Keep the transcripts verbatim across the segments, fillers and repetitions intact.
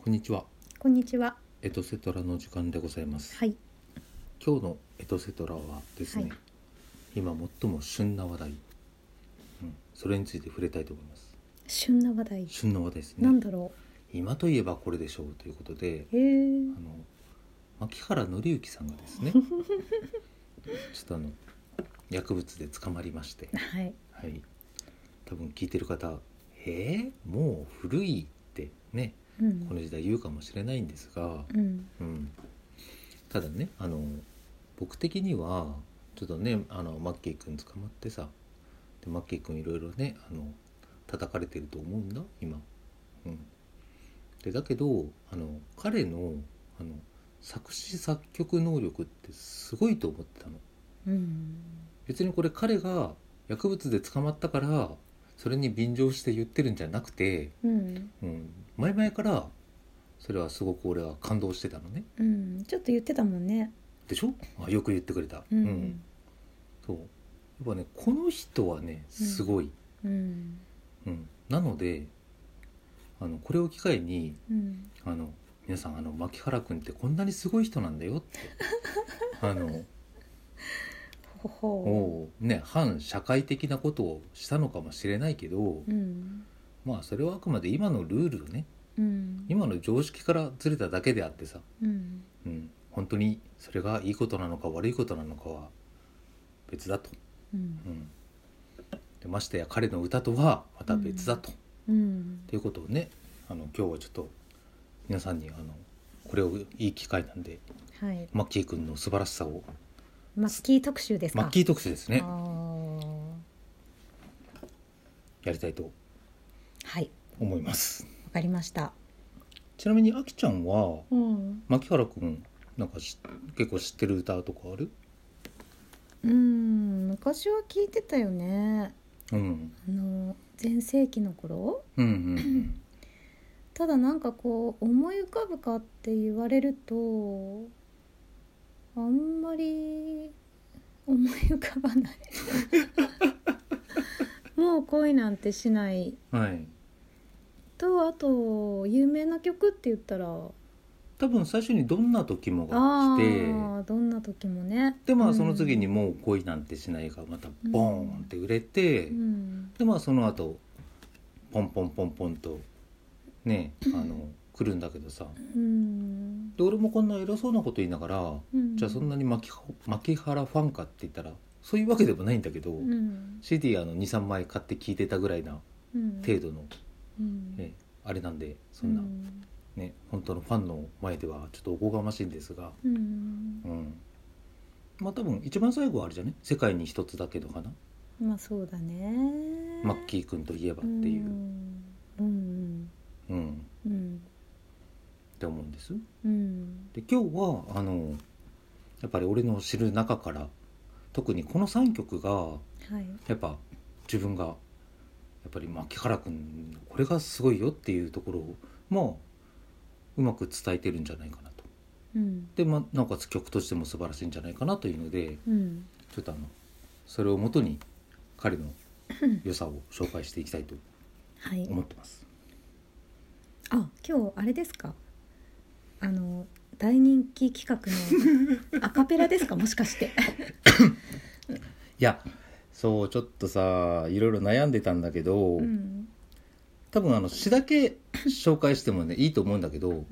こんにちは。 こんにちは。 エトセトラの時間でございます。 はい。 今日のエトセトラはですね、 はい、 今最も旬な話題、うん、それについて触れたいと思います。 旬な話題。 旬な話題ですね。 なんだろ今といえばこれでしょうということで、 う。へえ。 あの牧原紀之さんがですねちょっとあの薬物で捕まりまして、 はい。 はい、多分聞いてる方、えー、もう古いってね、 うん、 この時代言うかもしれないんですが、 うんうん、ただね、あの僕的にはちょっとね、あのマッキーくん捕まってさ、でマッキーくんいろいろね、あの叩かれてると思うんだ今、うん、でだけどあの彼のあの作詞作曲能力ってすごいと思ってたの。 うん、 別にこれ彼が薬物で捕まったからそれに便乗して言ってるんじゃなくて、 うんうん、前々からそれはすごく俺は感動してたのね。 うん、ちょっと言ってたもんね。 でしょ？あ、よく言ってくれた。 うん、 うん、そう。やっぱね、この人はねすごい、 うんうん、なのであのこれを機会に、 うん、 あの皆さん、あの牧原くんってこんなにすごい人なんだよってあのほほおね、反社会的なことをしたのかもしれないけど、 うん、 まあそれはあくまで今のルールをね、 うん、 今の常識からずれただけであってさ、 うんうん、本当にそれがいいことなのか悪いことなのかは別だと、 うん、 うん、でましてや彼の歌とはまた別だと、 うん、 ということをね、あの今日はちょっと皆さんにあのこれをいい機会なんで、 はい。 マッキーくんの素晴らしさを、 マッキー特集ですか。 マッキー特集ですね、 あー、 やりたいとはい。 思います。 わかりました。 ちなみにあきちゃんはうん、 牧原くんなんかし結構知ってる歌とかある？ うん、昔は聞いてたよね。 うんあの全盛期の頃。 うんうんただなんかこう思い浮かぶかって言われるとあんまり思い浮かばないもう恋なんてしないうん、はい。 と、あと有名な曲って言ったら多分最初にどんな時もがあ来て、 あどんな時もね。 でまあうんその次にもう恋なんてしないがまたボーンって売れて、 うん、 でまあその後ポンポンポンポンとね、あの来るんだけどさ、 うん、 で俺もこんな偉そうなこと言いながら、 うん、 じゃあそんなに牧牧原ファンかって言ったらそういうわけでもないんだけど、 うん、 シーディー あの にさんまい買って聴いてたぐらいなうん、 程度の、 うんね、あれなんで、そんな、 うんね、本当のファンの前ではちょっとおこがましいんですが、 うんうん、まあ多分一番最後はあれじゃね、世界に一つだけどかな、 まあそうだね。 マッキーくんといえばっていう、 うんうんうん、 うんって思うんです。 うんで今日はあのやっぱり俺の知る中から特にこのさんきょくがはいやっぱ自分がやっぱり牧原くんこれがすごいよっていうところをもううまく伝えてるんじゃないかなと。 うんで、まあ、なおかつ曲としても素晴らしいんじゃないかなというので、 うんちょっとあのそれをもとに彼の良さを紹介していきたいとはい。 思ってます。 あ、今日あれですか。あの大人気企画のアカペラですかもしかして。 いやそうちょっとさいろいろ悩んでたんだけど、 うん、 多分あの詩だけ紹介してもねいいと思うんだけど、 うん、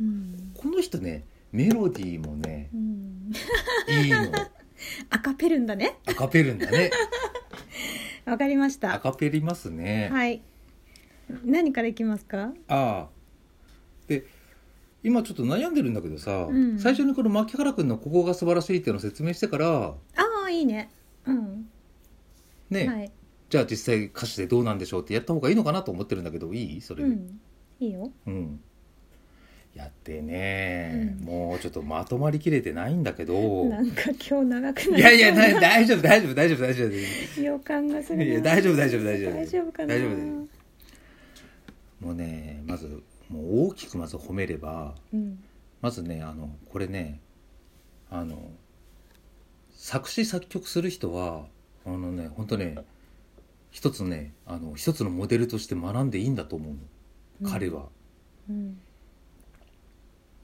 この人ねメロディーもねうん、 いいの。 アカペルんだね。 アカペるんだね。 わかりましアた。 カペりますね。 はい。何からいきますか。 ああで今ちょっと悩んでるんだけどさ、 うん、 最初にこの牧原くんのここが素晴らしいっていうのを説明してからああいいね。うんね、 はい、 じゃあ実際歌詞でどうなんでしょうってやった方がいいのかなと思ってるんだけど、いいそれで、 うん、いいよ。 うん、やってね、 うん、 もうちょっとまとまりきれてないんだけど、 なんか今日長くなる。 いやいやな大丈夫大丈夫大丈夫大丈夫予感がするな。 いや大丈夫大丈夫大丈夫大丈夫かな。 大丈夫だよ。もうねまずもう大きくまず褒めれば、 うん、 まずねあのこれねあの作詞作曲する人はあのね本当ね一つねあの一つのモデルとして学んでいいんだと思うの、 うん、 彼は。 うん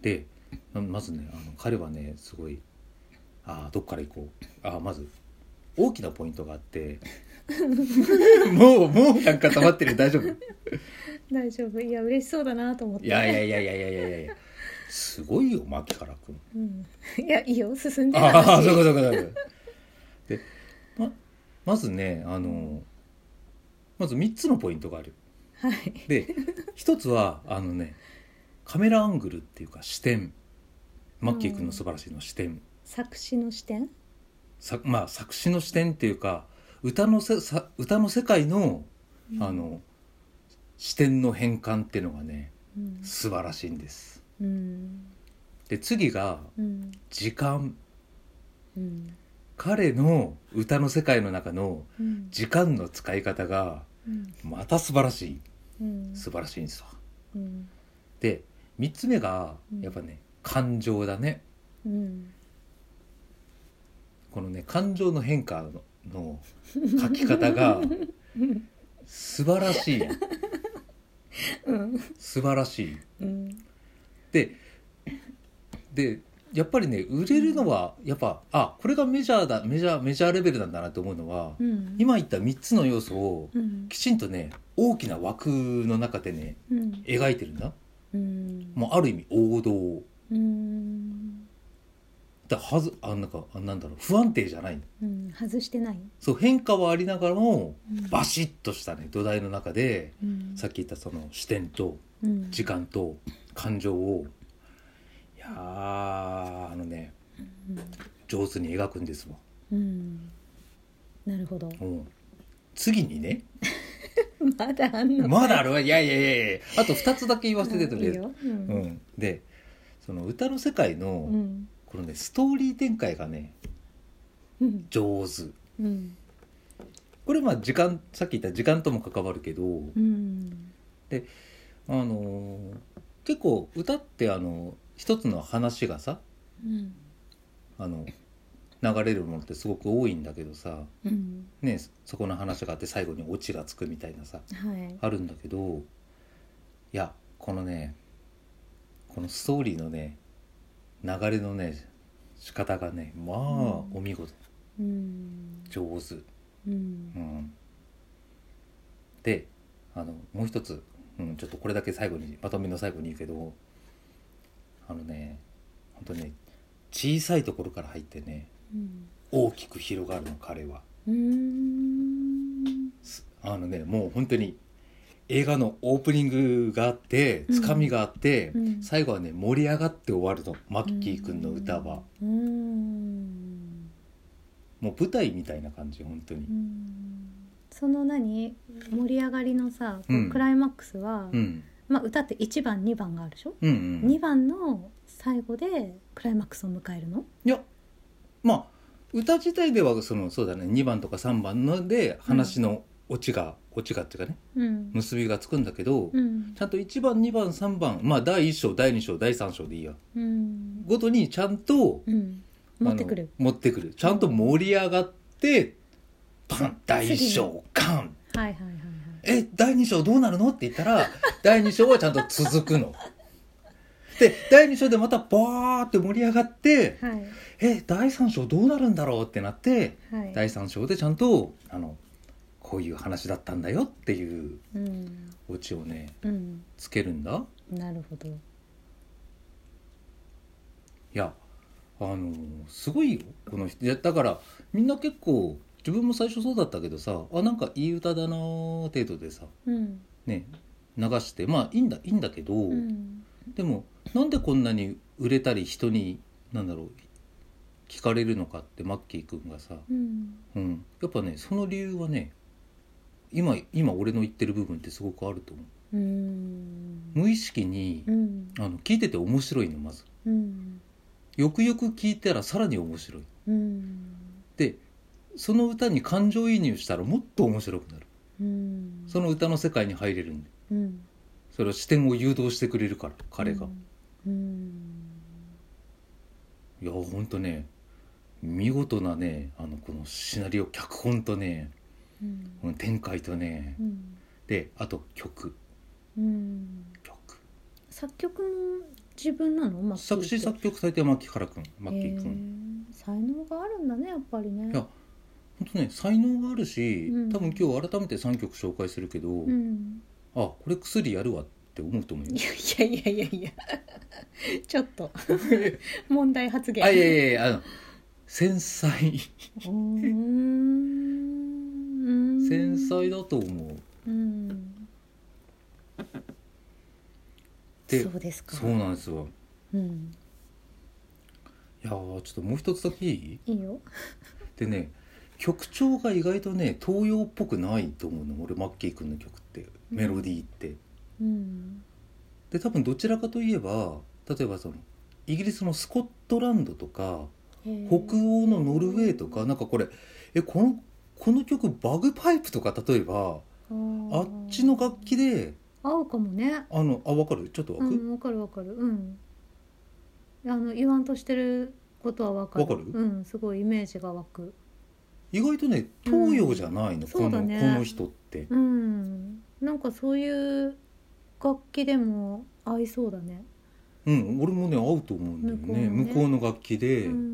でまずねあの彼はねすごいあどっから行こうあまず大きなポイントがあってもうもうなんか溜まってる大丈夫大丈夫いや嬉しそうだなと思っていやいやいやいやいやいやいやすごいよ牧原君、 うん、いやいいよ進んでああ話そうかそうかそうかで ま, まずねあのまずみっつのポイントがあるはいでひとつはあのねカメラアングルっていうか視点マッキー君の素晴らしいの視点、 作詞の視点さまあ作詞の視点っていうか歌のせさ歌の世界の、 うん、 あの視点の変換っていうのがね、 うん、 素晴らしいんです、 うん、 で次が、 うん、 時間、 うん、 彼の歌の世界の中のうん時間の使い方がまた素晴らしい、 うん、 素晴らしいんですわ、 うん、 でみっつめがやっぱね、感情だね、 うん、 このね感情の変化のの書き方が素晴らしい、 うん、 素晴らしい、 うん、 ででやっぱりね売れるのはやっぱあこれがメジャーだメジャーメジャーレベルなんだなと思うのは、 うん、 今言ったみっつの要素をうんきちんとね大きな枠の中でね、 うん、 描いてるんだ、 うん、 もうある意味王道うん、 だはずあなんかあなんだろう不安定じゃない、 うん、外してない、 そう変化はありながらも、 うん、 バシッとしたね土台の中で、 うん、 さっき言ったその視点とうん、 時間と感情をいやーあのね、 うん、 上手に描くんですわ、 うん、なるほどうん、次にねまだあんのまだあるわいやいやいやいやあとふたつだけ言わせてとりあえず、 いいよ、うんうん、でその歌の世界の、 うん、 このねストーリー展開がねうん上手、 うん、 これまあ時間さっき言った時間とも関わるけど、 うん、 であのー、結構歌ってあの一つの話がさ、 うん、 あの流れるものってすごく多いんだけどさ、 うん、 ね、そこの話があって最後にオチがつくみたいなさ、 はい、 あるんだけどいやこのねこのストーリーのね流れのね仕方がねまあ、うん、お見事、 うん、 上手、 うんうん、 であのもう一つ、うん、ちょっとこれだけ最後にまとめの最後に言うけどあのね本当ね小さいところから入ってね、うん、大きく広がるの彼は、 うーん、 あのねもう本当に映画のオープニングがあってつかみがあって、うん、最後はね盛り上がって終わるのマッキーくんの歌は、うん、もう舞台みたいな感じ本当に、うん、 その何盛り上がりのさ、うん、クライマックスは、うんまあ、歌っていちばんにばんがあるでしょ、うんうん、にばんの最後でクライマックスを迎えるの？ いやまあ歌自体ではそのそうだねにばんとかさんばんので話のオチが、うん、オチがっていうかね、うん、結びがつくんだけど、うん、ちゃんといちばんにばんさんばんまあだいいっ章だいに章だいさん章でいいや、うん、ごとにちゃんと、うん、 持ってくる持ってくるちゃんと盛り上がって、パンだいいっ章カン、はいはいはいはい、 えだいに章どうなるのって言ったらだいに章はちゃんと続くのでだいに章でまたバーって盛り上がって、はい、えだいさん章どうなるんだろうってなって、はい、だいさん章でちゃんとあのこういう話だったんだよっていうオチをね、うん、つけるんだ。 なるほど。いやあのすごいよこの人。いやだからみんな結構自分も最初そうだったけどさあなんかいい歌だな程度でさ、うん、ね流してまあいいんだいいんだけど、うん、でもなんでこんなに売れたり人になんだろう聞かれるのかってマッキーくんがさ、うんうん、やっぱねその理由はね今今俺の言ってる部分ってすごくあると思う。うーん無意識に、うん、あの聞いてて面白いのまず、うん、よくよく聞いたらさらに面白い、うん、でその歌に感情移入したらもっと面白くなる、うん、その歌の世界に入れるんで、うん、それは視点を誘導してくれるから彼が、うんうん、いやほんとね見事なねあのこのシナリオ脚本とね、うん、展開とね、うん、であと曲、うん、曲作曲も自分なのマッキー作詞作曲されては牧原くんマッキーくん、 才能があるんだねやっぱりね。 いや本当ね才能があるし、 うん、 多分今日改めてさんきょく紹介するけど、うん、あこれ薬やるわって思うと思うよ。 いやいやいやいやちょっと問題発言。 あいやいやいやあの繊細うーん繊細だと思う。 うんでそうですか。 そうなんですよ、 うん、 いやちょっともう一つだけいい？ いいよ。 でね曲調が意外とね東洋っぽくないと思うの俺マッキーくんの曲ってメロディーって、 うん、 で多分どちらかといえば例えばそのイギリスのスコットランドとか北欧のノルウェーとかなんかこれえこのこの曲バグパイプとか例えば あ, あっちの楽器で合うかもね。 あのあ分かるちょっと分かる、 うん、分かる分かる。うんあの言わんとしてることは分かる。 分かる、 うん、すごいイメージが湧く。 意外とね東洋じゃないの、 うん、 この、 そうだね、 この人って、 うん、なんかそういう楽器でも合いそうだね。 うん俺もね合うと思うんだよね向こうの楽器で、うん、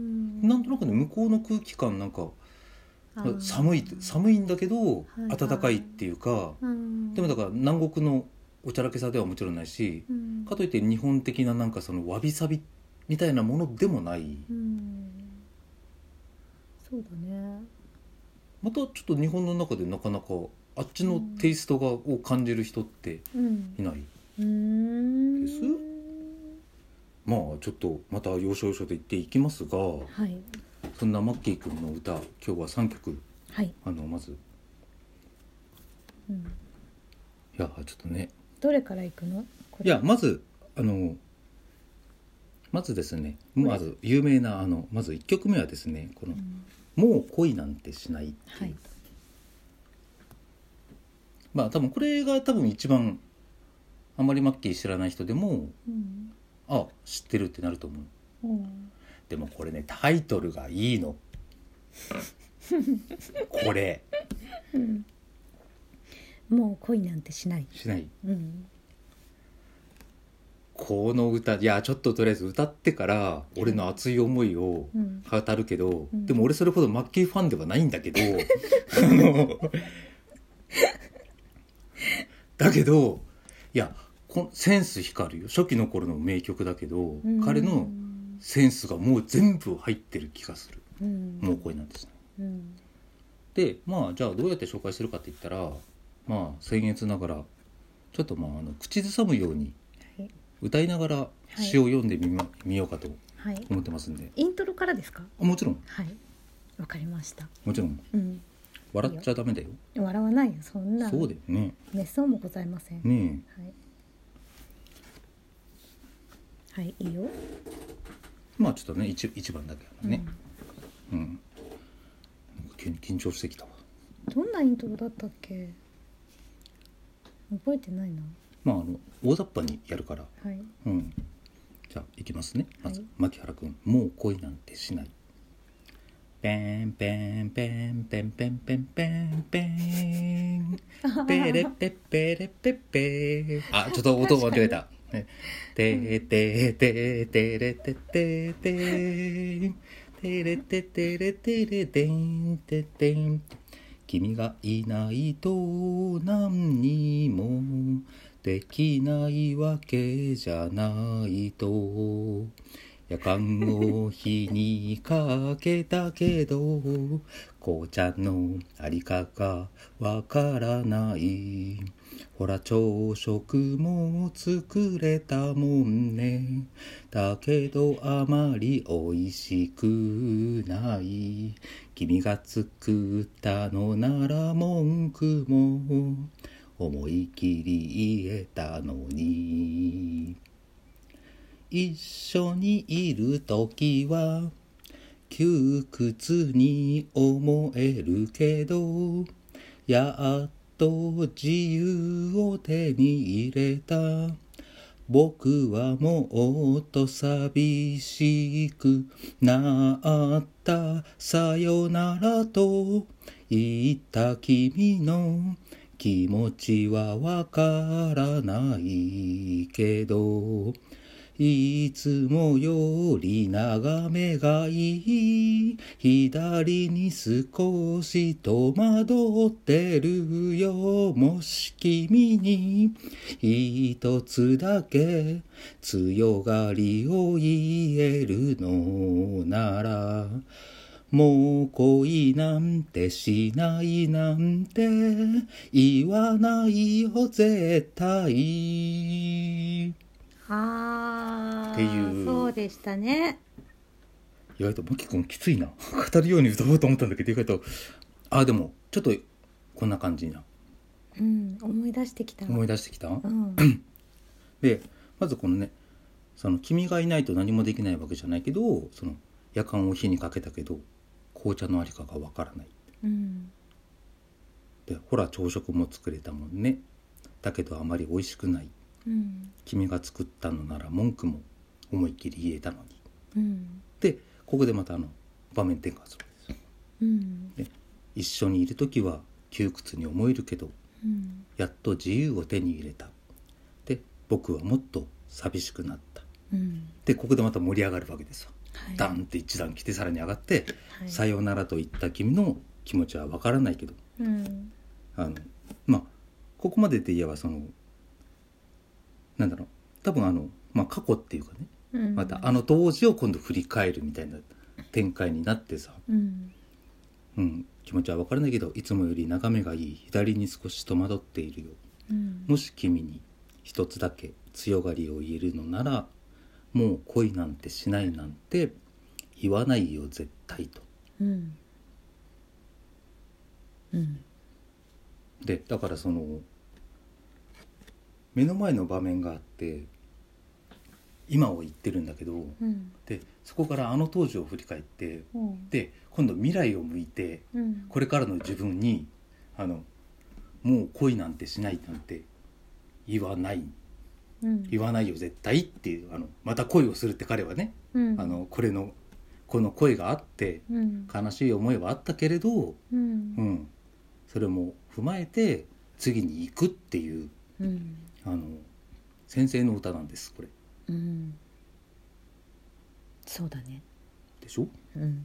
なんとなくね向こうの空気感なんか寒い寒いんだけど、はいはい、暖かいっていうか、うん、でもだから南国のおちゃらけさではもちろんないし、うん、かといって日本的ななんかそのわびさびみたいなものでもない、うん、 そうだね。 またちょっと日本の中でなかなかあっちのテイストがを感じる人っていない、うん、です。まあちょっとまた要所要所で言っていきますが、はい、そんなマッキーくんの歌今日はさんきょく、はい、あのまず、うん、いやちょっとねどれからいくの？ いやまずあのまずですねまず有名なあのまずいっきょくめはですねこの、うん、もう恋なんてしないっていう、はい、まあ多分これが多分一番あんまりマッキー知らない人でも、うん、あ知ってるってなると思う、うん、でもこれねタイトルがいいのこれ、 うん、もう恋なんてしないしない、うん、この歌いやちょっととりあえず歌ってから俺の熱い思いを語るけど、うん、でも俺それほどマッキーファンではないんだけどあのだけどいやこのセンス光るよ初期の頃の名曲だけど、うん、彼のセンスがもう全部入ってる気がする、うん、もう恋なんですね、うん、でまあじゃあどうやって紹介するかって言ったらまあ僭越ながらちょっとまああの口ずさむように歌いながら詩を読んでみ、まはい、見ようかと思ってますんで、はい、 イントロからですか？ もちろんはいわかりました。 もちろん、うん、笑っちゃダメだよ。 笑わないよそんなそうだよね滅相もございませんねはい、はい、いいよ。 まあちょっとね 1, 一番だけあのね、うん、うん、急に緊張してきたわ。 どんなイントロだったっけ覚えてないな。 まああの大雑把にやるから、 はいうん、じゃあいきますね。まず、はい、牧原くんもう恋なんてしない。ペンペンペンペンペンペンペンペンペレペペレペペあちょっと音間違えたてててててれててててれててれてれてんててん君がいないと何にもできないわけじゃないと夜間を日にかけたけど紅茶のありかがわからないほら朝食も作れたもんねだけどあまりおいしくない君が作ったのなら文句も思い切り言えたのに一緒にいるときは窮屈に思えるけどやっと自由を手に入れた僕はもっと寂しくなったさよならと言った君の気持ちはわからないけどいつもより眺めがいい。左に少し戸惑ってるよ。もし君に一つだけ強がりを言えるのなら、もう恋なんてしないなんて言わないよ絶対。 あっていう。 そうでしたね。 意外とマキ君きついな。語るように歌おうと思ったんだけど、意外とあでもちょっとこんな感じな。 うん思い出してきた。 思い出してきた。 うん、 でまずこのね、その君がいないと何もできないわけじゃないけど、その夜間を火にかけたけど紅茶のありかがわからない。 うん、 でほら朝食も作れたもんね。だけどあまり美味しくない。 うん、 君が作ったのなら文句も思いっきり言えたのに、 うん、 でここでまたあの場面転換するんですよ、 うん、 で一緒にいる時は窮屈に思えるけど、 うん、 やっと自由を手に入れた。で僕はもっと寂しくなった、 うん、 でここでまた盛り上がるわけですよ、 はい、 ダンって一段来てさらに上がって、 はい、 さようならと言った君の気持ちはわからないけど、 うん、 あのまあここまでで言えばそのなんだろう、多分あの、まあ、過去っていうかね、 うん、 またあの当時を今度振り返るみたいな展開になってさ、 うんうん、気持ちは分からないけどいつもより眺めがいい。左に少し戸惑っているよ、 うん、 もし君に一つだけ強がりを言えるのなら、もう恋なんてしないなんて言わないよ絶対と、 うんうん、 でだからその目の前の場面があって今を言ってるんだけど、 うん、 でそこからあの当時を振り返って、 うん、 で今度未来を向いて、 うん、 これからの自分にあのもう恋なんてしないなんて言わない、 うん、 言わないよ絶対っていう、あのまた恋をするって彼はね、 うん、 あのこれのこの恋があって、 うん、 悲しい思いはあったけれど、 うんうん、それも踏まえて次に行くっていう、 うん、 あの先生の歌なんですこれ、 うん、そうだね。 でしょ、 うん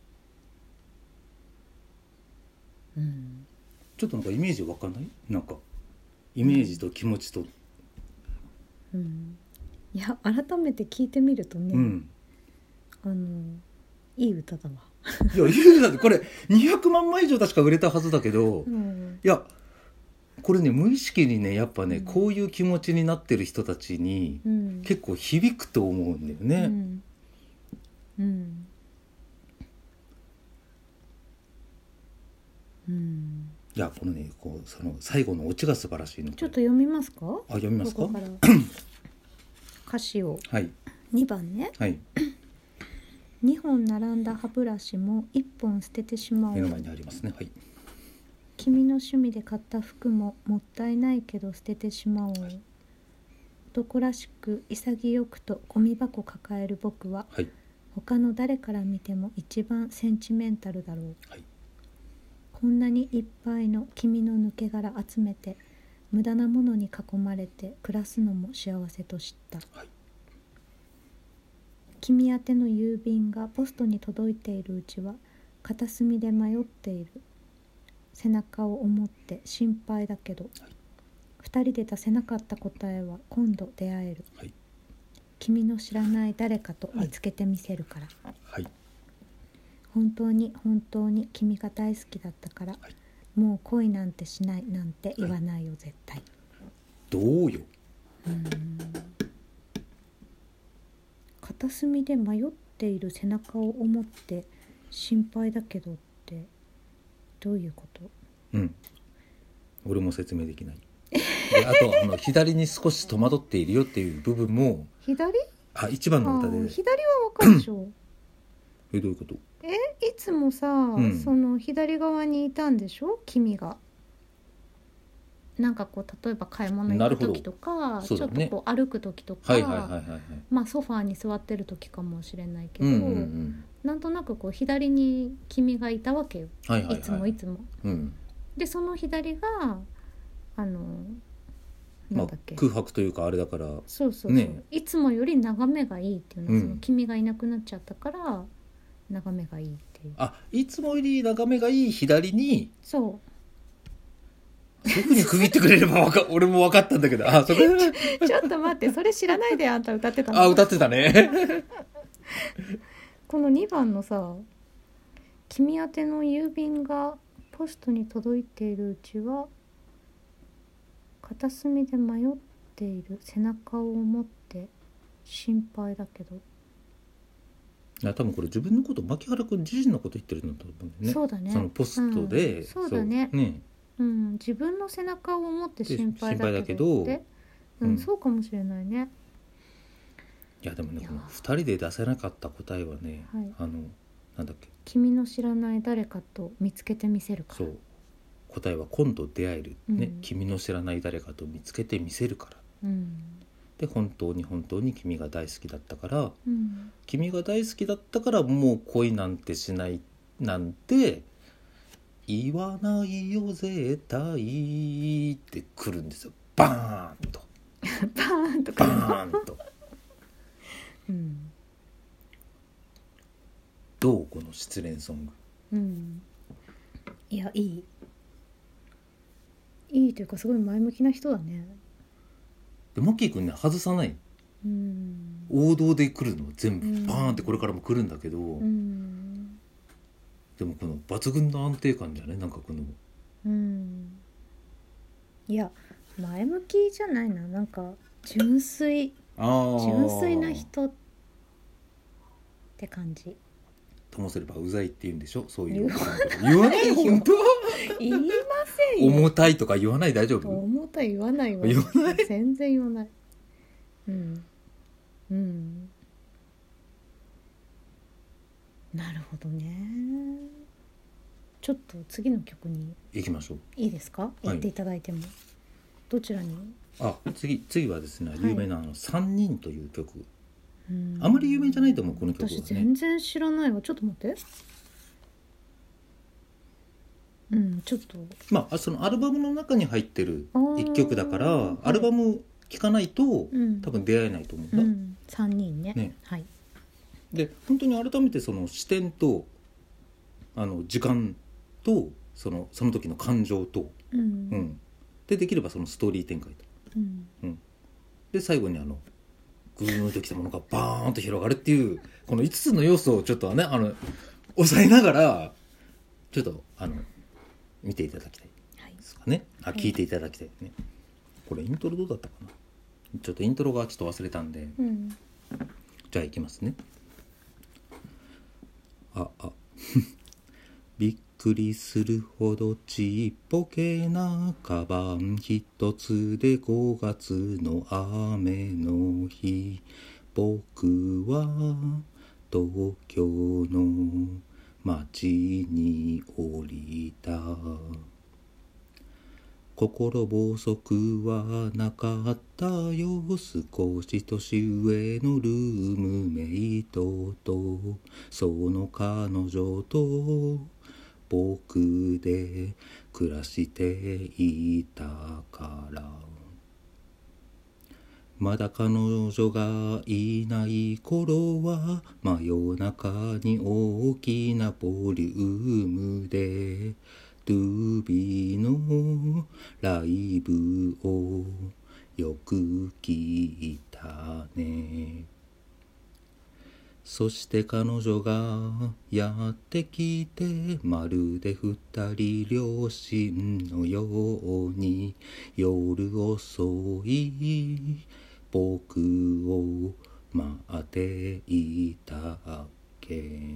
うん、 ちょっとなんかイメージわかんない？なんかイメージと気持ちと、 うん、いや改めて聞いてみるとね、うん、あのいい歌だわ。 いやいい歌だって、これにひゃくまんまい以上確か売れたはずだけど、うん、いやこれね無意識にねやっぱね、うん、こういう気持ちになってる人たちに結構響くと思うんだよね。うんうんうん、いやこのねこうその最後のオチが素晴らしいの。 ちょっと読みますか？ あ読みますか？ ここから歌詞を、 はい、 にばんね、 はい、 にほん並んだ歯ブラシもいっぽん捨ててしまおう。 目の前にありますね。はい。 君の趣味で買った服ももったいないけど捨ててしまおう、はい、男らしく潔くとゴミ箱抱える僕は、はい、他の誰から見ても一番センチメンタルだろう、はい、こんなにいっぱいの君の抜け殻集めて無駄なものに囲まれて暮らすのも幸せと知った、はい、君宛ての郵便がポストに届いているうちは片隅で迷っている。背中を思って心配だけど、はい、二人で出せなかった答えは今度出会える、はい、君の知らない誰かと見つけてみせるから、はい、本当に本当に君が大好きだったから、はい、もう恋なんてしないなんて言わないよ、はい、絶対。 どうよ。 うーん片隅で迷っている背中を思って心配だけどってどういうこと？ うん、俺も説明できない。であとあの左に少し戸惑っているよっていう部分も左？ あ一番の歌で。 左はわかるでしょ。 えどういうこと？ えいつもさ、うん、その左側にいたんでしょ君が。なんかこう例えば買い物行く時とか、ね、ちょっとこう歩く時とか、はいはいはいはい、まあソファーに座ってる時かもしれないけど、うんうんうん、なんとなくこう左に君がいたわけよ、はいはいはい、いつもいつも、うん、でその左があのなんだっけ、 まあ、空白というかあれだからそうそうそう、 ね、 いつもより眺めがいいっていうのは、 うんその君がいなくなっちゃったから眺めがいいっていう。 あ、いつもより眺めがいい左にそそういうふうに区切ってくれればわか俺も分かったんだけど、あそこうちょっと待って、それ知らないであんた歌ってたの。 あ歌ってたねこのにばんのさ、君宛ての郵便がポストに届いているうちは片隅で迷っている背中を持って心配だけど、 いや多分これ自分のこと牧原君自身のこと言ってるんだと思うんだよね。 そうだね、 そのポストで、 うん、そうだね、 そうね、 うん、自分の背中を持って心配だけど心配だって、 けど、 うんうんそうかもしれないね。 いやでもねいやこのふたりで出せなかった答えはね、 はい、 あのなんだっけ、 君の知らない誰かと見つけてみせるから。 そう答えは今度出会える、ねうん君の知らない誰かと見つけてみせるからうんで、本当に本当に君が大好きだったから、 うん君が大好きだったからもう恋なんてしないなんて言わないよ絶対ってくるんですよ。バーンとバーンとかバーンとうんどうこの失恋ソング。 うんいやいいいいというかすごい前向きな人だね。 でマッキーくんね外さない、 うん王道で来るの全部うんバーンってこれからも来るんだけど、 うんでもこの抜群の安定感じゃね、なんかこのうんいや前向きじゃないな、なんか純粋あ純粋な人って感じ。 ともすればうざいって言うんでしょ、そういう言わ言わない本当言いませんよ。 重たいとか言わない、大丈夫？ 重たい言わないわ。 言わない全然言わない。うんうんなるほどね。ちょっと次の曲に行きましょう。 いいですか、言っていただいても。どちらに？ あ次次はですね、 はい有名なあのさんにんという曲、 うんあまり有名じゃないと思うこの曲はね。 私全然知らないわ。ちょっと待って。うんちょっとまあそのアルバムの中に入ってるあーいっきょくだからはいアルバム聴かないと、 うん多分出会えないと思うんだ、 うんさんにんね。 ねはい。 で本当に改めてその視点とあの時間とそのその時の感情と、 うんうんでできればそのストーリー展開と、 うんうん、で最後にあのグーンときたものがバーンと広がるっていうこのいつつの要素をちょっとねあの抑えながらちょっとあの見ていただきたいはいですかね。あ、 はい聞いていただきたいね。これイントロどうだったかな。ちょっとイントロがちょっと忘れたんで、 うんじゃあいきますね。ああびっくりするほどちっぽけなカバン一つでごがつの雨の日、僕は東京の街に降りた。心細くはなかったよ、少し年上のルームメイトとその彼女と僕で暮らしていたから。まだ彼女がいない頃は真夜中に大きなボリュームでドゥービーのライブをよく聞いたね。そして彼女がやってきて、まるで二人両親のように夜遅い僕を待っていたっけ。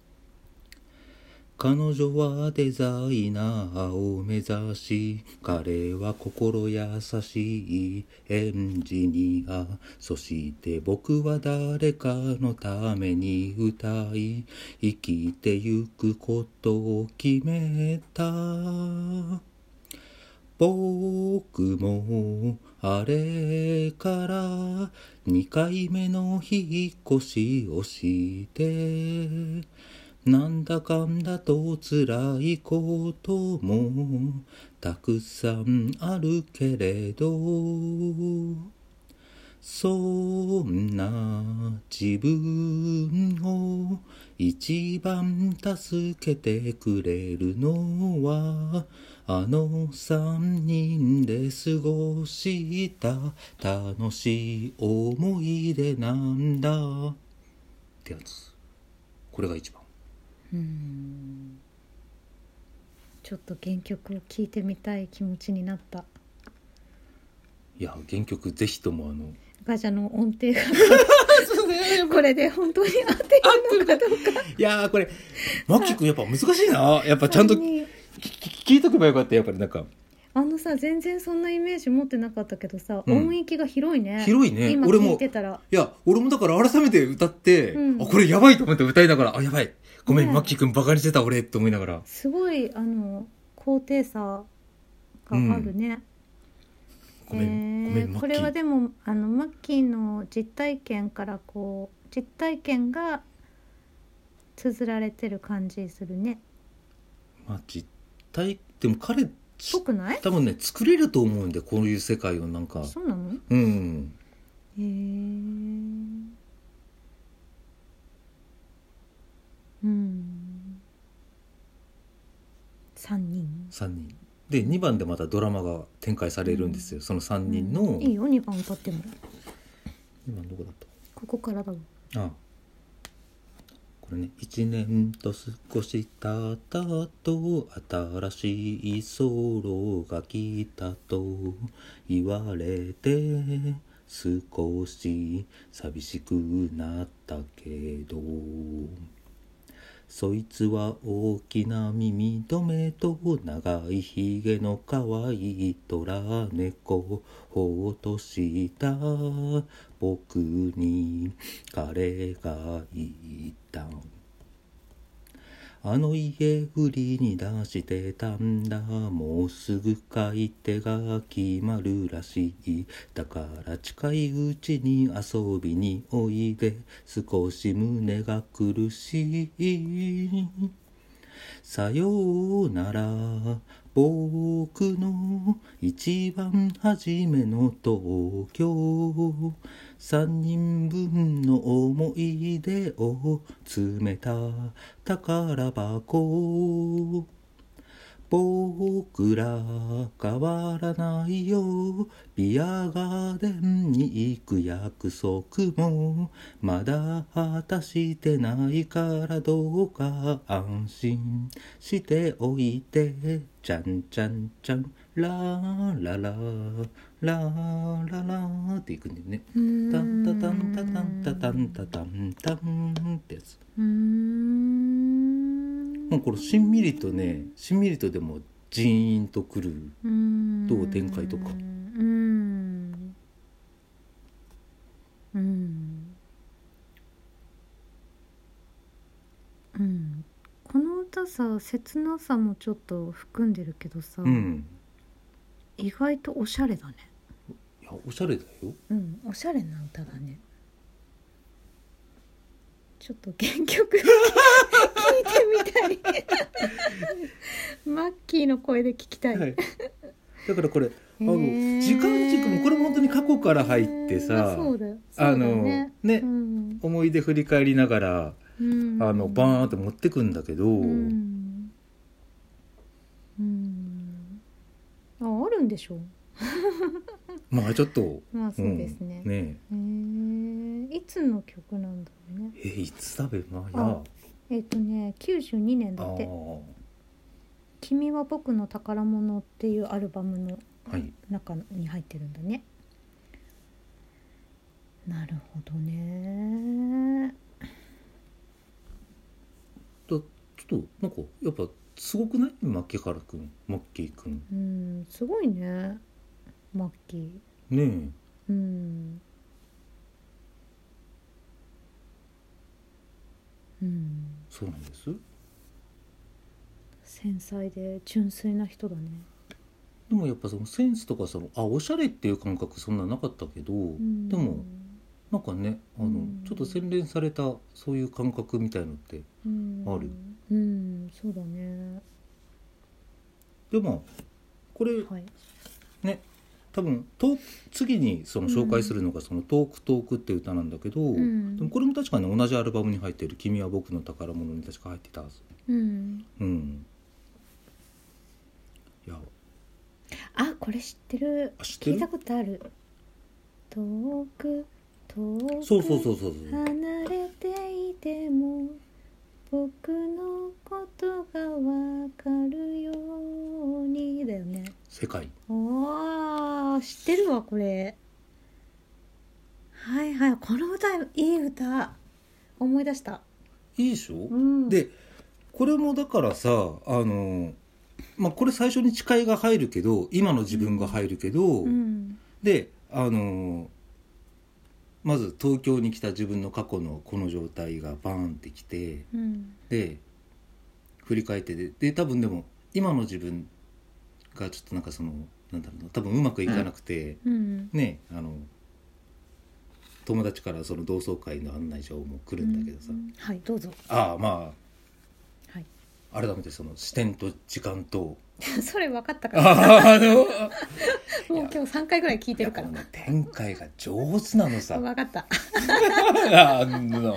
彼女はデザイナーを目指し、彼は心優しいエンジニア。そして僕は誰かのために歌い、生きてゆくことを決めた。僕もあれからにかいめの引っ越しをして、 なんだかんだと辛いこともたくさんあるけれど、そんな自分を一番助けてくれるのはあの三人で過ごした楽しい思い出なんだってやつ。これが一番。 うーん、ちょっと原曲を聴いてみたい気持ちになった。 いや原曲ぜひともあのガチャの音程がこれで本当に合ってるのかどうか。 いやーこれマッキーくんやっぱ難しいな。やっぱちゃんと聞聞いとけばよかった。やっぱりなんかあのさ、全然そんなイメージ持ってなかったけどさ、 うん音域が広いね。 広いね。 今俺も聞いてたら。 いや俺もだから改めて歌って、 うん、 あこれやばいと思って歌いながら、あやばいごめん、 ね、 マッキーくんバカにしてた俺って思いながら、 すごいあの高低差があるね。 うん、ごめん、 えー、 ごめんマッキー。 これはでもあのマッキーの実体験からこう実体験が綴られてる感じするね。 まあ実体でも彼ぽくない？ 多分ね作れると思うんで、こういう世界をなんか。 そうなの？ うんへえー、うんさんにんさんにんでにばんでまたドラマが展開されるんですよ、うん、そのさんにんの、 うん、いいよにばん歌っても。 にばんどこだった？ ここからだわ。 ああこれね、一年と少し経ったと新しいソロが来たと言われて少し寂しくなったけど、そいつは大きな耳止めと長いひげのかわいい虎猫、ほうとした僕に彼が言った。あの家売りに出してたんだ、もうすぐ買い手が決まるらしい。だから近いうちに遊びにおいで、少し胸が苦しい。さようなら僕の一番初めの東京、三人分の思い出を詰めた宝箱、僕ら変わらないよ、ビアガーデンに行く約束もまだ果たしてないから、どうか安心しておいて。ちゃんちゃんちゃんラーラララーララーっていくんだよね。タンタタンタタンタタンタタンタンってやつ。 うーん、 もうこれしんみりとね、しんみりとでもジーンとくるどう展開とか。 うんうんうん、この歌さ、切なさもちょっと含んでるけどさ、 うん、 意外とおしゃれだね。 いやおしゃれだよ。 うんおしゃれな歌だね。ちょっと原曲聞いてみたいマッキーの声で聞きたい、はい、 だからこれあの時間軸もこれも本当に過去から入ってさ、 そうだよ、そうだね、あのね、うん、思い出振り返りながら、うん、あのバーンって持ってくんだけど、うんうん、あ, あるんでしょまあちょっとまあそうですね、うん、ねえー、いつの曲なんだろうね。 えー、いつだべまやえっ、ー、とねきゅうじゅうにねんだって。君は僕の宝物っていうアルバムの中に入ってるんだね、はい、なるほどね。 だちょっとなんかやっぱすごくない？マッキーからくんマッキーくん、 うん、すごいねマッキーねえ、 うんうん、 そうなんです。 繊細で純粋な人だね。 でもやっぱそのセンスとかそのあおしゃれっていう感覚そんななかったけど、うん、でもなんかねあの、 うん、 ちょっと洗練されたそういう感覚みたいのってうんある。 うんそうだね。 でもこれはいね多分と次にその紹介するのがそのトークトークって歌なんだけど、 うん、 でもこれも確かに同じアルバムに入っている君は僕の宝物に確か入ってたはず。 うんうんいやあこれ知ってる。 あ知ってる聞いたことある。遠く遠くそうそうそうそうそう離れていても僕のことがわかるようにだよね。 世界ああ知ってるわこれ。はいはいこの歌いい歌思い出した。 いいでしょ、 うん、 でこれもだからさあのまあこれ最初に誓いが入るけど今の自分が入るけど、 うん、 であのまず東京に来た自分の過去のこの状態がバーンってきて、 うん、 で振り返ってでで多分でも今の自分がちょっとなんかそのなんだろうな多分うまくいかなくて、 うん、 ねあの友達からその同窓会の案内状も来るんだけどさ、 うん、はいどうぞ。 ああまはい、 あ改めてその視点と時間とそれ分かったからあのもう今日さんかいぐらい聞いてるから。 いやこのね展開が上手なのさ分かったあの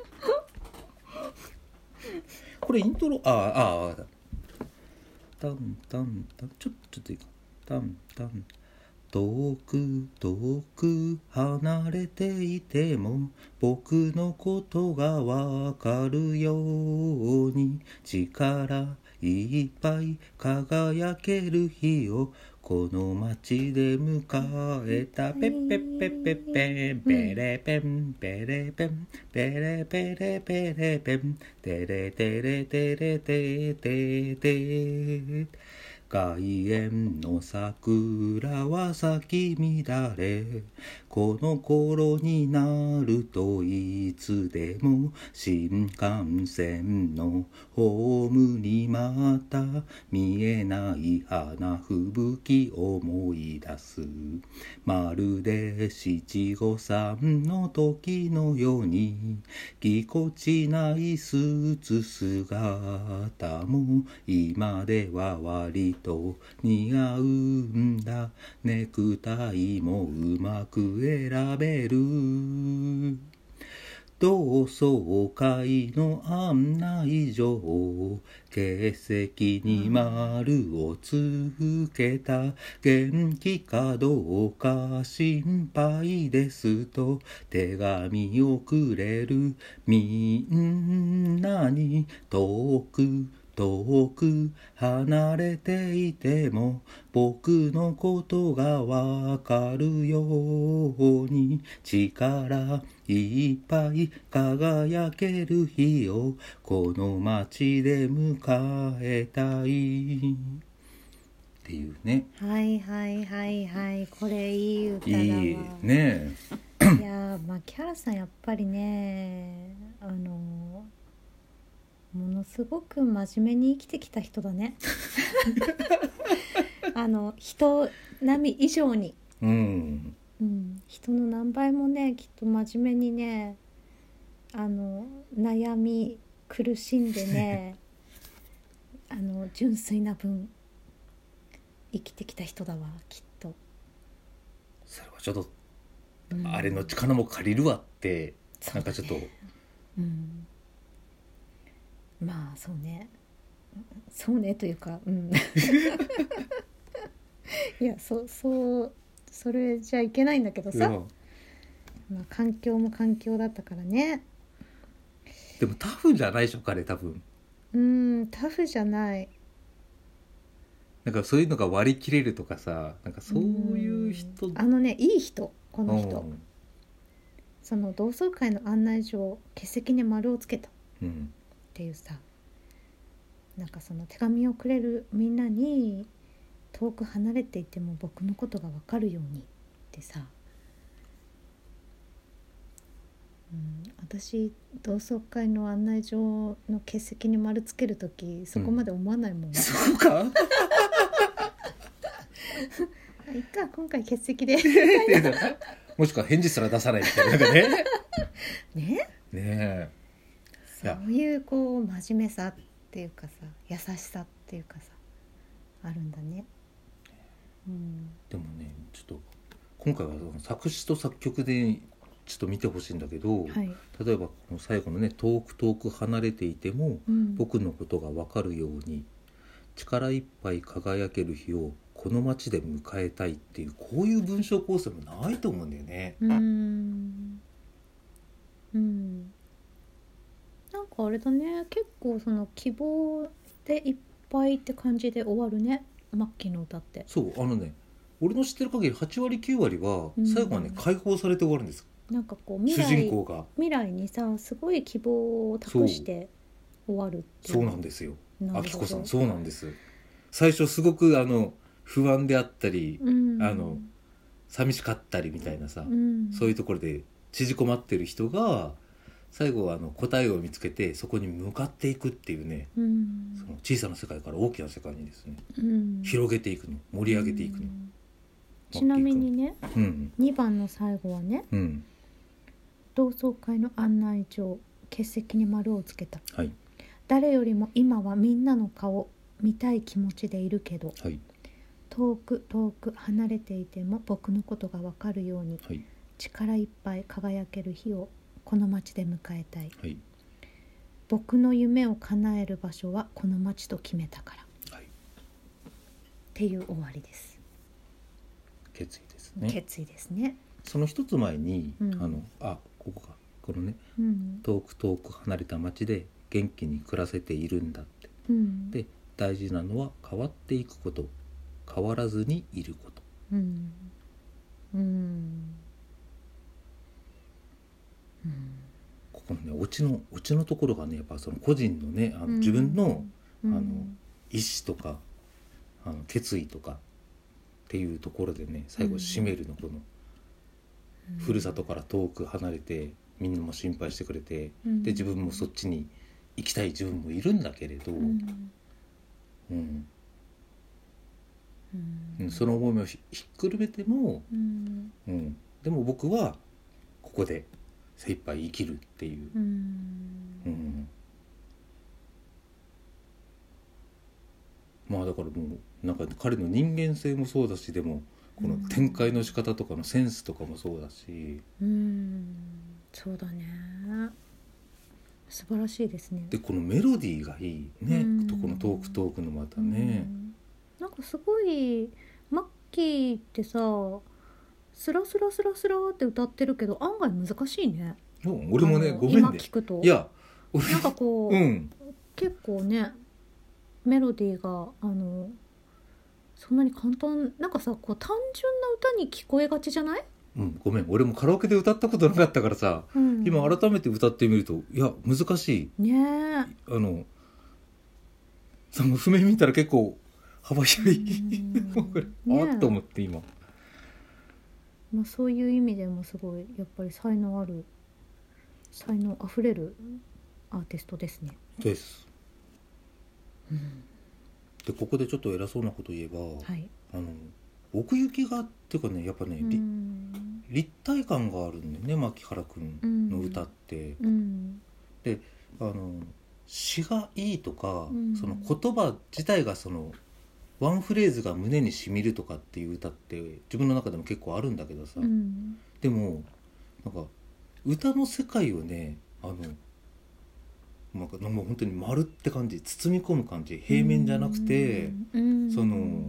これイントロあああタンタンタンちょちょっといいかタンタン遠く遠く離れていても僕のことがわかるように力いっぱい輝ける日をこの街で迎えたペッペッペッペッペンペレペンペレペンペレペレペレペンテレテレテレテテテ外苑の桜は咲き乱れこの頃になるといつでも新幹線のホームにまた見えない花吹雪思い出すまるで七五三の時のようにぎこちないスーツ姿も今では割と似合うんだネクタイもうまく選べる同窓会の案内状欠席に丸をつけた元気かどうか心配ですと手紙をくれるみんなに遠く遠く離れていても僕のことがわかるように力いっぱい輝ける日をこの街で迎えたいっていうね。 はいはいはいはいこれいい歌だわ。 いいね。 いや牧原さんやっぱりねあのものすごく真面目に生きてきた人だねあの人並み以上に、 うんうん、人の何倍もねきっと真面目にねあの悩み苦しんでねあの純粋な分生きてきた人だわきっと。 それはちょっと、 うん、 あれの力も借りるわってなんかちょっと、 うんまあそうねそうねというかうんいやそそうそれじゃいけないんだけどさ、まあ、環境も環境だったからね。 でもタフじゃないでしょ彼多分。 うんタフじゃない。 なんかそういうのが割り切れるとかさなんかそういう人うんあのねいい人この人、 うん、 その同窓会の案内状欠席に丸をつけたっうんていうさなんかその手紙をくれるみんなに遠く離れていても僕のことが分かるようにってさ、うん、私同窓会の案内状の欠席に丸つけるときそこまで思わないもん、 うん、そうかいっか今回欠席でももしくは返事すら出さないみたいなねねねえそういうこう真面目さっていうかさ優しさっていうかさあるんだね、うん、 でもねちょっと今回は作詞と作曲でちょっと見てほしいんだけど、 はい、 例えばこの最後のね遠く遠く離れていても、 うん、 僕のことが分かるように力いっぱい輝ける日をこの街で迎えたいっていうこういう文章構成もないと思うんだよね。 うーんうんなんかあれだね結構その希望でいっぱいって感じで終わるねマッキーの歌って。 そうあのね俺の知ってる限りはちわりきゅうわりは最後はね、うん、解放されて終わるんです。 なんかこう未来主人公が未来にさすごい希望を託して終わるっていう。 そうなんですよあきこさんそうなんです。最初すごくあの不安であったり、うん、あの寂しかったりみたいなさ、うん、そういうところで縮こまってる人が最後はあの答えを見つけてそこに向かっていくっていうね、うん、その小さな世界から大きな世界にですね、うん、広げていくの盛り上げていくの、うん、 ちなみにね、うん、にばんの最後はね、うん、同窓会の案内状欠席に丸をつけた、はい、誰よりも今はみんなの顔見たい気持ちでいるけど、はい、遠く遠く離れていても僕のことが分かるように、はい、力いっぱい輝ける日をこの街で迎えたい、はい、僕の夢を叶える場所はこの街と決めたから、はい、っていう終わりです。 決意ですね。 決意ですね。 その一つ前に、うん、あのあここかこのね、うん、遠く遠く離れた街で元気に暮らせているんだって、うん、で大事なのは変わっていくこと変わらずにいること、うんうんうん、ここのねオチのオチのところがねやっぱその個人のねあの自分の、うん、あの意志とかあの決意とかっていうところでね最後締めるのこの、うん、ふるさとから遠く離れてみんなも心配してくれて、うん、で自分もそっちに行きたい自分もいるんだけれど、うんうんうん、その思いをひっくるめても、うんうん、でも僕はここで精一杯生きるっていう、うんうん、まあだからもうなんか彼の人間性もそうだしでもこの展開の仕方とかのセンスとかもそうだし、 うん、そうだね素晴らしいですね。 でこのメロディーがいいね、うん、とこのトークトークのまたね、うん、 なんかすごいマッキーってさスラスラスラスラって歌ってるけど案外難しいね。 俺もねごめんね今聞くといやなんかこう、うん、結構ねメロディーがあのそんなに簡単なんかさこう単純な歌に聞こえがちじゃない？ うん、ごめん俺もカラオケで歌ったことなかったからさ、うん、今改めて歌ってみるといや難しいねえあのその譜面見たら結構幅広いあっと思って今、 まあ、そういう意味でもすごいやっぱり才能ある才能あふれるアーティストですね。 です、うん、でここでちょっと偉そうなこと言えば、はい、あの奥行きがっていうかねやっぱね、うん、立体感があるんだよね牧原くんの歌って、うん、であの詩がいいとか、うん、その言葉自体がそのワンフレーズが胸にしみるとかっていう歌って自分の中でも結構あるんだけどさ、うん、でもなんか歌の世界をねあのなんかもう本当に丸って感じ包み込む感じ平面じゃなくて、うん、その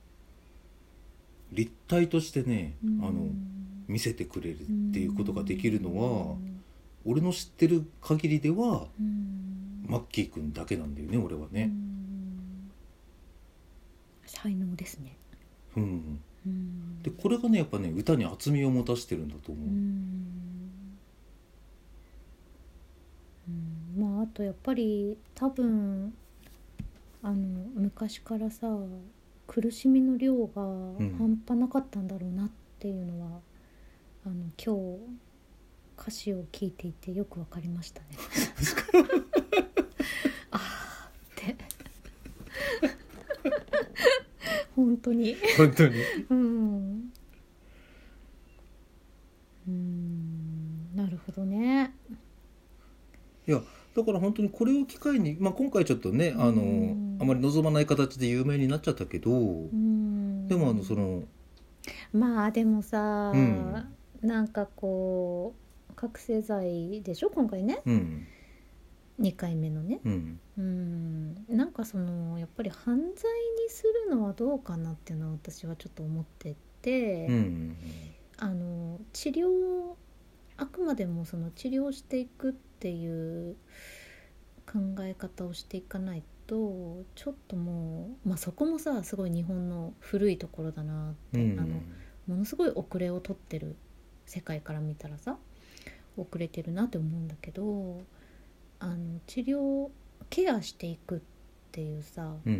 立体としてね、うん、あの見せてくれるっていうことができるのは、うん、俺の知ってる限りでは、うん、マッキーくんだけなんだよね俺はね、うん、 才能ですね、 うんうん、でこれがねやっぱね歌に厚みを持たせてるんだと思う、うんうん、まああとやっぱり多分あの昔からさ苦しみの量が半端なかったんだろうなっていうのは、うん、あの今日歌詞を聞いていてよくわかりましたねあーって本当に本当に、 うん、 ね。 いやだから本当にこれを機会に、まあ、今回ちょっとねあの、うん、あまり望まない形で有名になっちゃったけど、うん、でもあのそのまあでもさ、うん、なんかこう覚醒剤でしょ今回ね、うん、にかいめのね、うんうん、なんかそのやっぱり犯罪にするのはどうかなっていうのは私はちょっと思ってて、うん、あの治療あくまでもその治療していくっていう考え方をしていかないとちょっともう、まあ、そこもさすごい日本の古いところだなって、うん、あのものすごい遅れを取ってる世界から見たらさ遅れてるなって思うんだけどあの治療ケアしていくっていうさ、うん、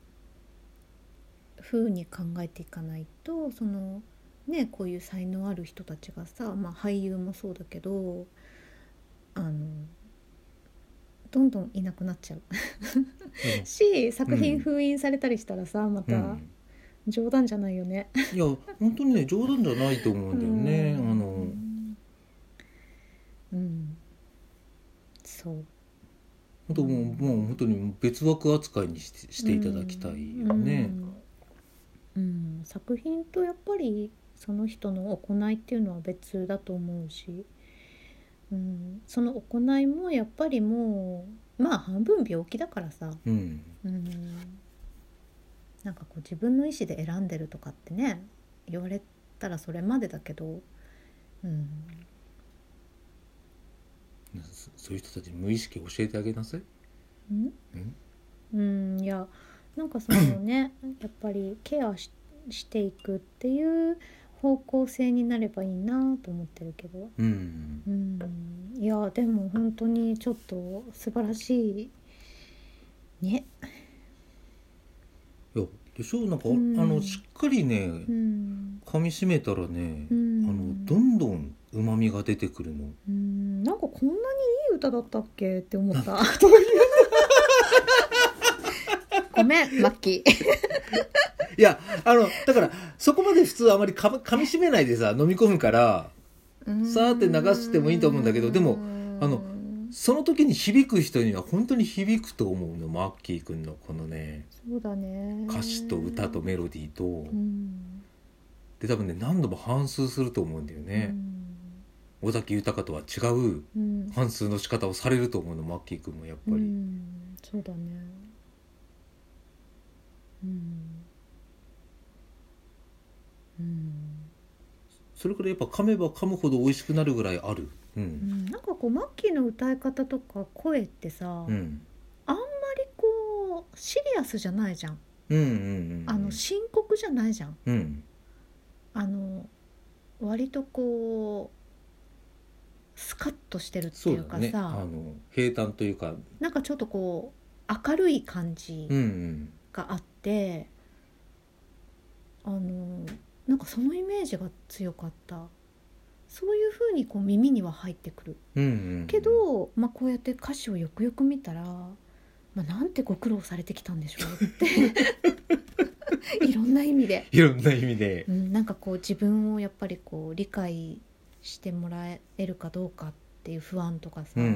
風に考えていかないとそのねこういう才能ある人たちがさ、まあ、俳優もそうだけどあのどんどんいなくなっちゃうし作品封印されたりしたらさまた冗談じゃないよね、 うん、いや本当にね冗談じゃないと思うんだよね、うん、あのうんそう本当もう、うん、もう本当に別枠扱いに し, していただきたいよね、 うんうん、作品とやっぱりその人の行いっていうのは別だと思うし、うん、その行いもやっぱりもうまあ半分病気だからさ、うんうん、なんかこう自分の意思で選んでるとかってね言われたらそれまでだけど、うん、 そういう人たちに無意識教えてあげなさい。 うんうん、いやなんかそのねやっぱりケア し, していくっていう方向性になればいいなと思ってるけど、うんうん、いやでも本当にちょっと素晴らしいね。 いやでしょなんか、うん、あのしっかりね、うん、噛み締めたらね、うん、あのどんどん旨味が出てくるの、 うん、なんかこんなにいい歌だったっけって思ったごめんマッキーいやあのだからそこまで普通あまりか噛み締めないでさ飲み込むからさーって流してもいいと思うんだけどでもあのその時に響く人には本当に響くと思うのマッキーくんのこのねそうだね歌詞と歌とメロディーと、うん、で多分ね何度も反芻すると思うんだよね、うん、尾崎豊とは違う反芻の仕方をされると思うのマッキーくんもやっぱり、うん、 そうだねうんうん、 それからやっぱ噛めば噛むほど美味しくなるぐらいある、うんうん、 なんかこうマッキーの歌い方とか声ってさ、うん、あんまりこうシリアスじゃないじゃん、うんうんうんうん、あの深刻じゃないじゃん、うん、あの割とこうスカッとしてるっていうかさ、ね、あの平坦というかなんかちょっとこう明るい感じがあって、うんうん、あのなんかそのイメージが強かった。そういう風にこう耳には入ってくる、うんうんうん、けど、まあ、こうやって歌詞をよくよく見たら、まあ、なんてご苦労されてきたんでしょうっていろんな意味でいろんな意味で、 うん、なんかこう自分をやっぱりこう理解してもらえるかどうかっていう不安とかさ、うんうん、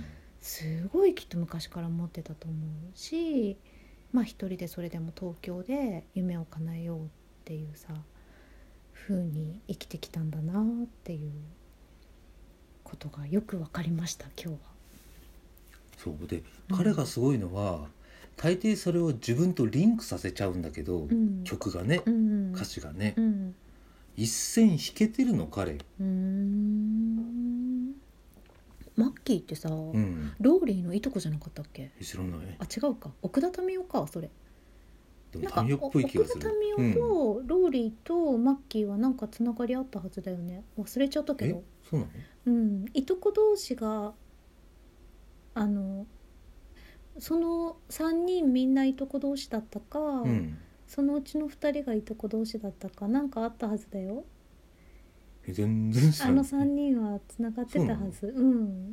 すごいきっと昔から持ってたと思うし、まあ一人でそれでも東京で夢を叶えようっていうさ風に生きてきたんだなっていうことがよく分かりました今日は。 そうで、うん、彼がすごいのは大抵それを自分とリンクさせちゃうんだけど、うん、曲がね、うん、歌詞がね、うん、一線引けてるの彼。うーんマッキーってさ、うん、ローリーのいとこじゃなかったっけ？ 知らない。 あ違うか奥田民生かそれ。 なんか奥田民生とローリーとマッキーはなんかつながりあったはずだよね。忘れちゃったけど。 え、そうなの？ うん、いとこ同士があのそのさんにんみんないとこ同士だったか、うん、そのうちのふたりがいとこ同士だったかなんかあったはずだよ。 え全然知らない。 あのさんにんはつながってたはず。う、うん、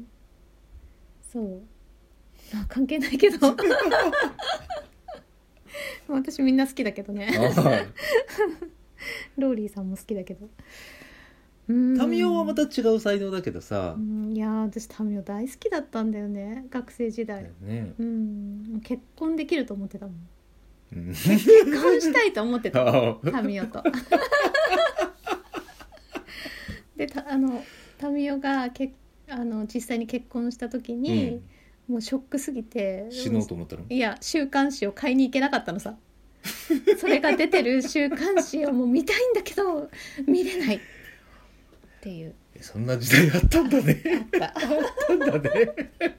そうあ関係ないけど私みんな好きだけどねローリーさんも好きだけど、 うんタミオはまた違う才能だけどさ、 うんいやー私タミオ大好きだったんだよね学生時代だよ。ね、 うん結婚できると思ってたもん。 うん、 結婚したいと思ってたタミオとでたあのタミオがけあの実際に結婚した時に、もうショックすぎて死のうと思ったの。 いや週刊誌を買いに行けなかったのさそれが出てる週刊誌をもう見たいんだけど見れないっていう。 そんな時代あったんだねあったあったんだね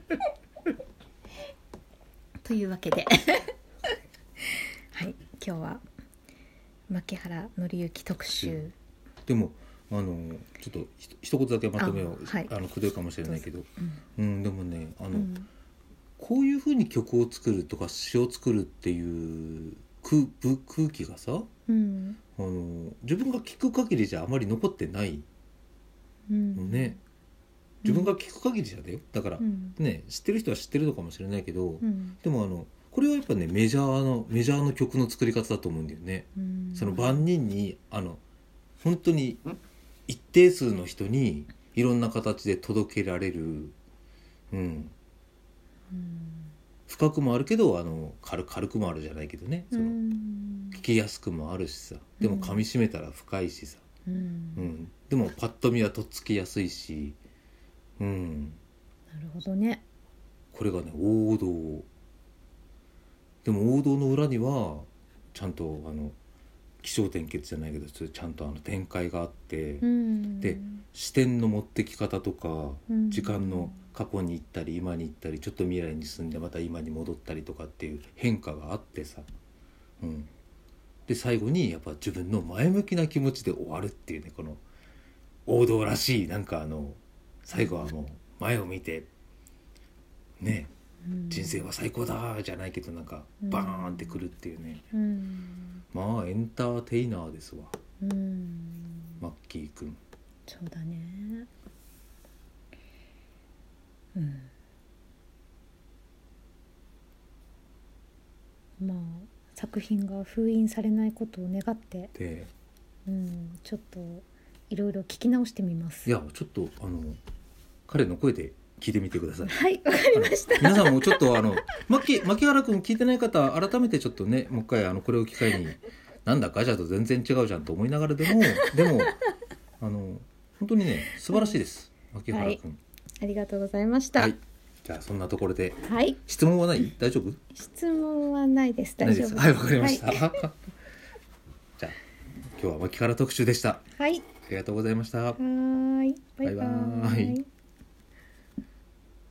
というわけではい今日は牧原紀之特集。 でもあのちょっとひと一言だけまとめをあ、 はい、 あのくどいかもしれないけど、 うんうん、でもねあの、 うん、 こういう風に曲を作るとか詩を作るっていう空空気がさ、 うんあの自分が聞く限りじゃあまり残ってないうんのね、自分が聞く限りじゃだよ。だから、 うんね知ってる人は知ってるのかもしれないけど、 うんでもあのこれはやっぱねメジャーのメジャーの曲の作り方だと思うんだよね。 うんその万人にあの本当に一定数の人にいろんな形で届けられる、うんうん深くもあるけどあの 軽, 軽くもあるじゃないけどね、そのうん聞きやすくもあるしさ、でも噛み締めたら深いしさ、 うんうんでもパッと見はとっつきやすいし、うん、 なるほどね。 これがね王道。でも王道の裏にはちゃんとあの起承転結じゃないけどちゃんとあの展開があって、 うんで視点の持ってき方とか、 うん時間の過去に行ったり今に行ったりちょっと未来に進んでまた今に戻ったりとかっていう変化があってさ、うん、で最後にやっぱ自分の前向きな気持ちで終わるっていうね、この王道らしいなんかあの最後はもう前を見てね、人生は最高だじゃないけどなんかバーンってくるっていうね、 うんまあエンターテイナーですわうんマッキーくん。 そうだね。うんまあ作品が封印されないことを願って、 でうん、ちょっといろいろ聞き直してみます。 いやちょっとあの彼の声で聞いてみてください。 はいわかりました皆さんもちょっとあの牧牧原くん聞いてない方改めてちょっとねもう一回あのこれを機会になんだかじゃと全然違うじゃんと思いながらでもでもあの本当にね素晴らしいです牧原くん、 ありがとうございました。 ははいい、 じゃあそんなところではい、 質問はない大丈夫質問はないです。大丈夫です。 はいわかりました、 はい、 じゃあ今日は牧原特集でした。 はい、 ありがとうございました。 はーい、バイババイバーイーイ。